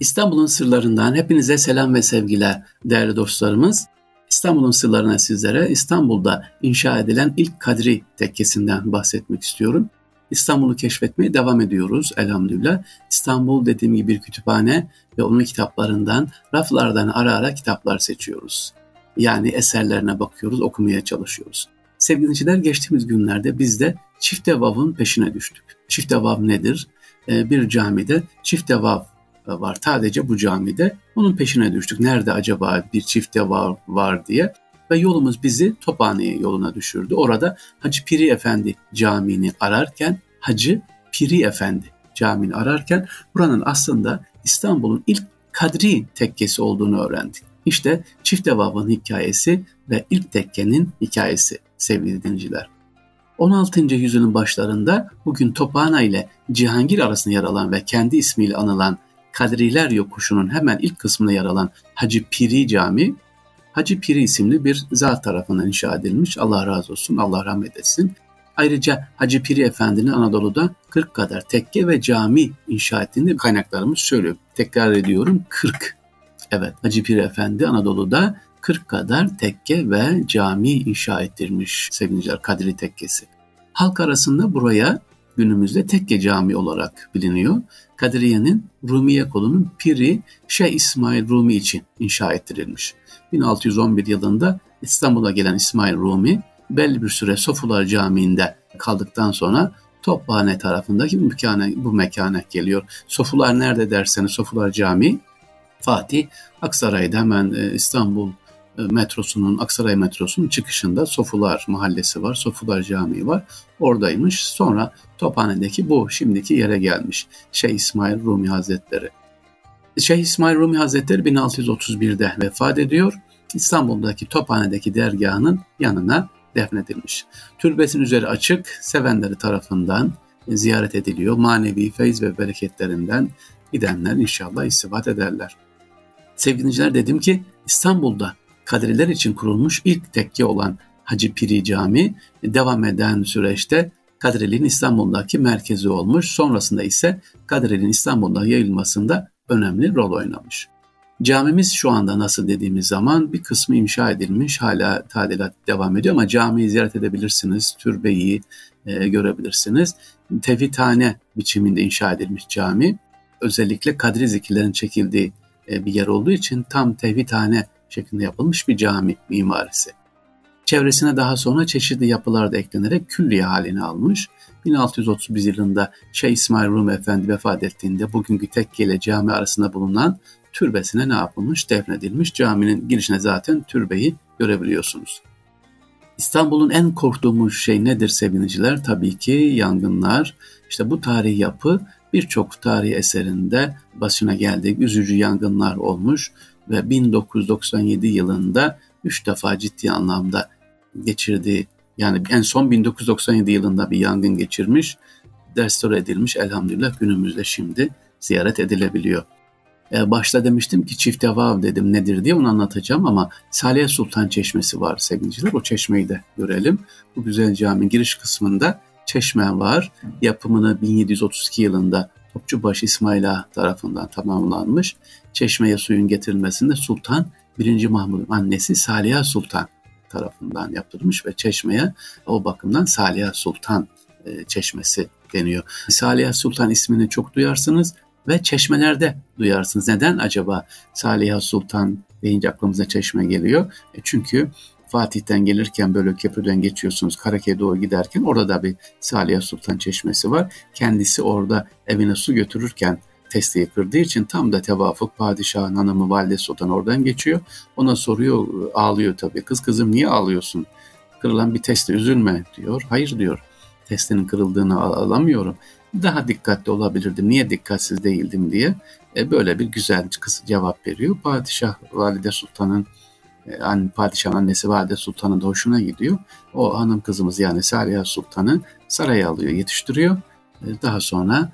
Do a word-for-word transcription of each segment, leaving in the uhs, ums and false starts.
İstanbul'un sırlarından hepinize selam ve sevgiler değerli dostlarımız. İstanbul'un sırlarına sizlere İstanbul'da inşa edilen ilk Kadri Tekkesi'nden bahsetmek istiyorum. İstanbul'u keşfetmeye devam ediyoruz elhamdülillah. İstanbul dediğim gibi bir kütüphane ve onun kitaplarından, raflardan ara ara kitaplar seçiyoruz. Yani eserlerine bakıyoruz, okumaya çalışıyoruz. Sevgili dinleyiciler, geçtiğimiz günlerde biz de çifte vav'ın peşine düştük. Çifte vav nedir? Ee, bir camide çifte vav var. Sadece bu camide. Onun peşine düştük. Nerede acaba bir çifte vav var diye. Ve yolumuz bizi Tophane yoluna düşürdü. Orada Hacı Piri Efendi Camii'ni ararken, Hacı Piri Efendi Camii'ni ararken buranın aslında İstanbul'un ilk Kadri Tekkesi olduğunu öğrendik. İşte çifte vav'ın hikayesi ve ilk tekkenin hikayesi sevgili dinleyiciler. on altıncı yüzyılın başlarında bugün Tophane ile Cihangir arasında yer alan ve kendi ismiyle anılan Kadriler Yokuşu'nun hemen ilk kısmında yer alan Hacı Piri Camii, Hacı Piri isimli bir zat tarafından inşa edilmiş. Allah razı olsun, Allah rahmet etsin. Ayrıca Hacı Piri Efendi'nin Anadolu'da kırk kadar tekke ve cami inşa ettiğini kaynaklarımız söylüyor. Tekrar ediyorum, kırk. Evet, Hacı Piri Efendi Anadolu'da kırk kadar tekke ve cami inşa ettirmiş sevgililer, Kadri Tekkesi. Halk arasında buraya günümüzde Tekke Camii olarak biliniyor. Kadriye'nin Rumiye kolunun Piri Şeyh İsmail Rumi için inşa ettirilmiş. bin altı yüz on bir yılında İstanbul'a gelen İsmail Rumi belli bir süre Sofular Camii'nde kaldıktan sonra Tophane tarafındaki bu mekana, bu mekana geliyor. Sofular nerede derseniz Sofular Camii, Fatih Aksaray'da hemen İstanbul metrosunun, Aksaray metrosunun çıkışında Sofular Mahallesi var, Sofular Camii var. Oradaymış. Sonra Tophane'deki bu şimdiki yere gelmiş Şeyh İsmail Rumi Hazretleri. Şeyh İsmail Rumi Hazretleri bin altı yüz otuz birde vefat ediyor. İstanbul'daki Tophane'deki dergahının yanına defnedilmiş. Türbesinin üzeri açık, sevenleri tarafından ziyaret ediliyor. Manevi feyz ve bereketlerinden gidenler inşallah istifade ederler. Sevgili dinleyiciler, dedim ki İstanbul'da Kadriler için kurulmuş ilk tekke olan Hacı Piri Camii devam eden süreçte Kadriliğin İstanbul'daki merkezi olmuş. Sonrasında ise Kadriliğin İstanbul'da yayılmasında önemli rol oynamış. Camimiz şu anda nasıl dediğimiz zaman bir kısmı inşa edilmiş, hala tadilat devam ediyor ama camiyi ziyaret edebilirsiniz, türbeyi e, görebilirsiniz. Tevhidhane biçiminde inşa edilmiş cami. Özellikle Kadri zikirlerin çekildiği e, bir yer olduğu için tam tevhidhane şeklinde yapılmış bir cami mimarisi. Çevresine daha sonra çeşitli yapılar da eklenerek külliye halini almış. bin altı yüz otuz bir yılında Şeyh İsmail Rumi Efendi vefat ettiğinde bugünkü tekke ile cami arasında bulunan türbesine ne yapılmış? Defnedilmiş. Caminin girişine zaten türbeyi görebiliyorsunuz. İstanbul'un en korktuğumuz şey nedir sevgiliciler? Tabii ki yangınlar. İşte bu tarihi yapı birçok tarihi eserinde başına geldiği üzücü yangınlar olmuş ve bin dokuz yüz doksan yedi yılında üç defa ciddi anlamda geçirdiği, yani en son bin dokuz yüz doksan yedi yılında bir yangın geçirmiş, restore edilmiş, elhamdülillah günümüzde şimdi ziyaret edilebiliyor. Ee, başta demiştim ki çifte vav dedim, nedir diye onu anlatacağım ama Saliha Sultan Çeşmesi var sevgiliciler, o çeşmeyi de görelim. Bu güzel caminin giriş kısmında çeşme var, yapımını bin yedi yüz otuz iki yılında Topçubaşı İsmail Ağa tarafından tamamlanmış. Çeşmeye suyun getirilmesinde Sultan birinci. Mahmud'un annesi Saliha Sultan tarafından yaptırılmış ve çeşmeye o bakımdan Saliha Sultan e, Çeşmesi deniyor. Saliha Sultan ismini çok duyarsınız ve çeşmelerde duyarsınız. Neden acaba Saliha Sultan deyince aklımıza çeşme geliyor? E çünkü Fatih'ten gelirken böyle köprüden geçiyorsunuz, Karaköy'e doğru giderken orada da bir Saliha Sultan Çeşmesi var. Kendisi orada evine su götürürken testiyi kırdığı için tam da tevafuk padişahın hanımı Valide Sultan oradan geçiyor. Ona soruyor, ağlıyor tabii. Kız kızım niye ağlıyorsun? Kırılan bir testi, üzülme diyor. Hayır diyor, testinin kırıldığını alamıyorum. Daha dikkatli olabilirdim. Niye dikkatsiz değildim diye. E böyle bir güzel kız cevap veriyor. Padişah Valide Sultan'ın Yani padişahın annesi Valide Sultan'ın da hoşuna gidiyor. O hanım kızımız yani Saliha Sultan'ı saraya alıyor, yetiştiriyor. Daha sonra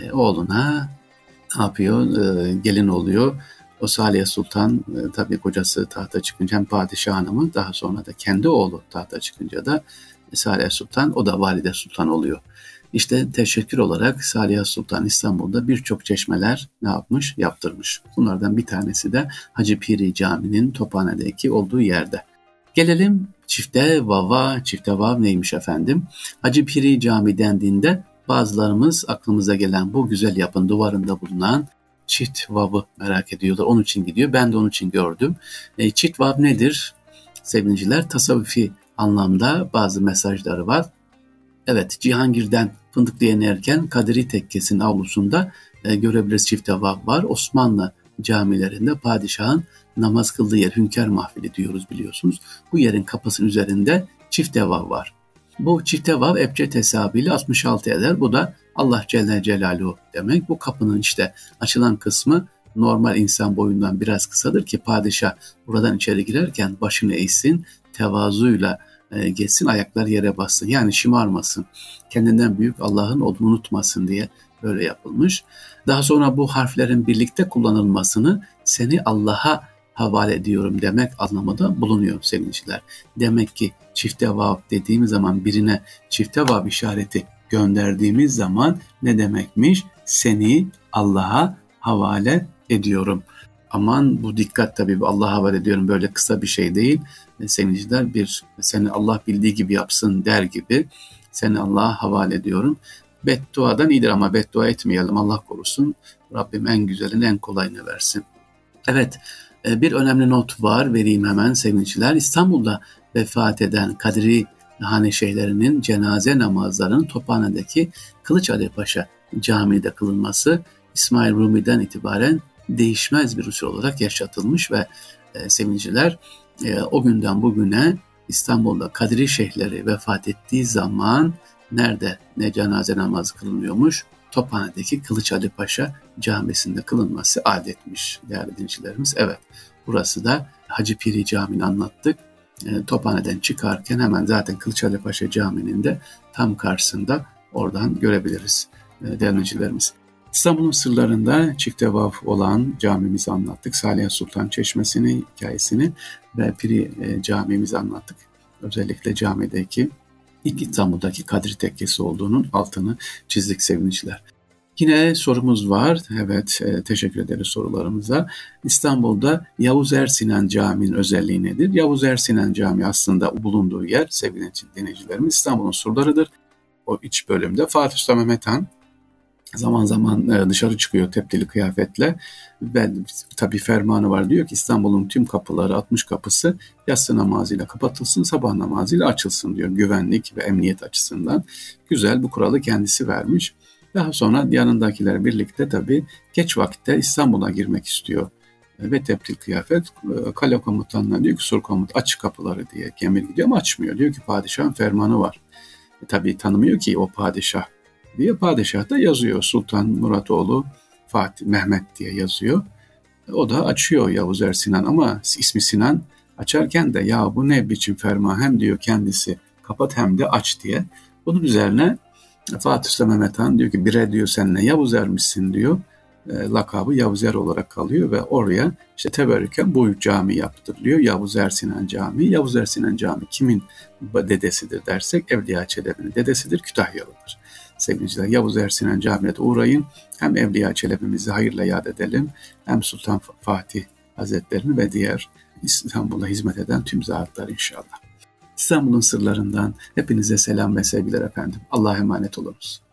oğluna ne yapıyor? Gelin oluyor. O Saliha Sultan tabii kocası tahta çıkınca hem padişah hanımı, daha sonra da kendi oğlu tahta çıkınca da Saliha Sultan, o da Valide Sultan oluyor. İşte teşekkür olarak Saliha Sultan İstanbul'da birçok çeşmeler ne yapmış? Yaptırmış. Bunlardan bir tanesi de Hacı Piri Camii'nin Tophane'deki olduğu yerde. Gelelim çifte vava. Çifte vav neymiş efendim? Hacı Piri Camii dendiğinde bazılarımız aklımıza gelen bu güzel yapının duvarında bulunan çift vav'ı merak ediyorlar. Onun için gidiyor. Ben de onun için gördüm. E, çift vav nedir? Sevgiliciler, tasavvufi anlamda bazı mesajları var. Evet, Cihangir'den Fındıklı'ya inerken Kadri Tekkesi'nin avlusunda e, görebiliriz çifte vav var. Osmanlı camilerinde padişahın namaz kıldığı yer, Hünkâr Mahfili diyoruz biliyorsunuz. Bu yerin kapısının üzerinde çifte vav var. Bu çifte vav ebced hesabıyla altmış altı eder. Bu da Allah Celle Celaluhu demek. Bu kapının işte açılan kısmı normal insan boyundan biraz kısadır ki padişah buradan içeri girerken başını eğsin, tevazuyla e, geçsin, ayaklar yere bassın. Yani şımarmasın, kendinden büyük Allah'ın olduğunu unutmasın diye böyle yapılmış. Daha sonra bu harflerin birlikte kullanılmasını seni Allah'a havale ediyorum demek anlamında bulunuyor sevgiliciler. Demek ki çifte vav dediğimiz zaman, birine çifte vav işareti gönderdiğimiz zaman ne demekmiş? Seni Allah'a havale ediyorum. Aman bu dikkat tabii, Allah'a havale ediyorum böyle kısa bir şey değil. Sevgiliciler, bir seni Allah bildiği gibi yapsın der gibi seni Allah'a havale ediyorum. Bedduadan iyidir ama beddua etmeyelim, Allah korusun. Rabbim en güzelini, en kolayını versin. Evet, bir önemli not var, vereyim hemen sevgiliciler. İstanbul'da vefat eden Kadri Haneşehlerinin cenaze namazlarının Tophane'deki Kılıç Ali Paşa Camii'de kılınması İsmail Rumi'den itibaren değişmez bir usul olarak yaşatılmış ve e, sevgiliciler e, o günden bugüne İstanbul'da Kadri Şeyhleri vefat ettiği zaman nerede ne cenaze namazı kılınıyormuş? Tophane'deki Kılıç Ali Paşa Camisi'nde kılınması adetmiş değerli dinleyicilerimiz. Evet, burası da Hacı Piri Camii'ni anlattık. E, Tophane'den çıkarken hemen zaten Kılıç Ali Paşa Camii'nin de tam karşısında, oradan görebiliriz e, değerli dinleyicilerimiz. İstanbul'un sırlarında çifte vav olan camimizi anlattık. Saliha Sultan Çeşmesi'ni, hikayesini ve Piri e, camimizi anlattık. Özellikle camideki İlk İstanbul'daki Kadri Tekkesi olduğunun altını çizdik sevgiliciler. Yine sorumuz var. Evet, e, teşekkür ederiz sorularımıza. İstanbul'da Yavuz Ersinan Camii'nin özelliği nedir? Yavuz Ersinan Camii aslında bulunduğu yer sevgili dinleyicilerimiz İstanbul'un surlarıdır. O iç bölümde Fatih Sultan Mehmet Han zaman zaman e, dışarı çıkıyor tepdili kıyafetle. Ve tabii fermanı var, diyor ki İstanbul'un tüm kapıları, altmış kapısı yatsı namazıyla kapatılsın, sabah namazıyla açılsın diyor. Güvenlik ve emniyet açısından güzel, bu kuralı kendisi vermiş. Daha sonra yanındakiler birlikte tabii geç vakitte İstanbul'a girmek istiyor. Ve tepdil kıyafet, kale komutanına diyor ki sur komut aç kapıları diye, emir gidiyor ama açmıyor. Diyor ki padişahın fermanı var. E, tabii tanımıyor ki o padişah diye. Padişah da yazıyor Sultan Muratoğlu Fatih Mehmet diye yazıyor. O da açıyor Yavuz Ersinan, ama ismi Sinan, açarken de ya bu ne biçim ferman, hem diyor kendisi kapat hem de aç diye. Bunun üzerine Fatih Sultan Mehmet Han diyor ki bire diyor sen ne Yavuz Ermişsin diyor. E, lakabı Yavuz Er olarak kalıyor ve oraya işte teberrüken bu cami yaptırılıyor. Yavuz Ersinan Camii. Yavuz Ersinan Camii kimin dedesidir dersek Evliya Çelebi'nin dedesidir, Kütahyalıdır. Sevgiliciler, Yavuz Ersinan Camii'ne uğrayın. Hem Evliya Çelebi'mizi hayırla yad edelim, hem Sultan Fatih Hazretlerini ve diğer İstanbul'a hizmet eden tüm zatlar inşallah. İstanbul'un sırlarından hepinize selam ve sevgiler efendim. Allah'a emanet olunuz.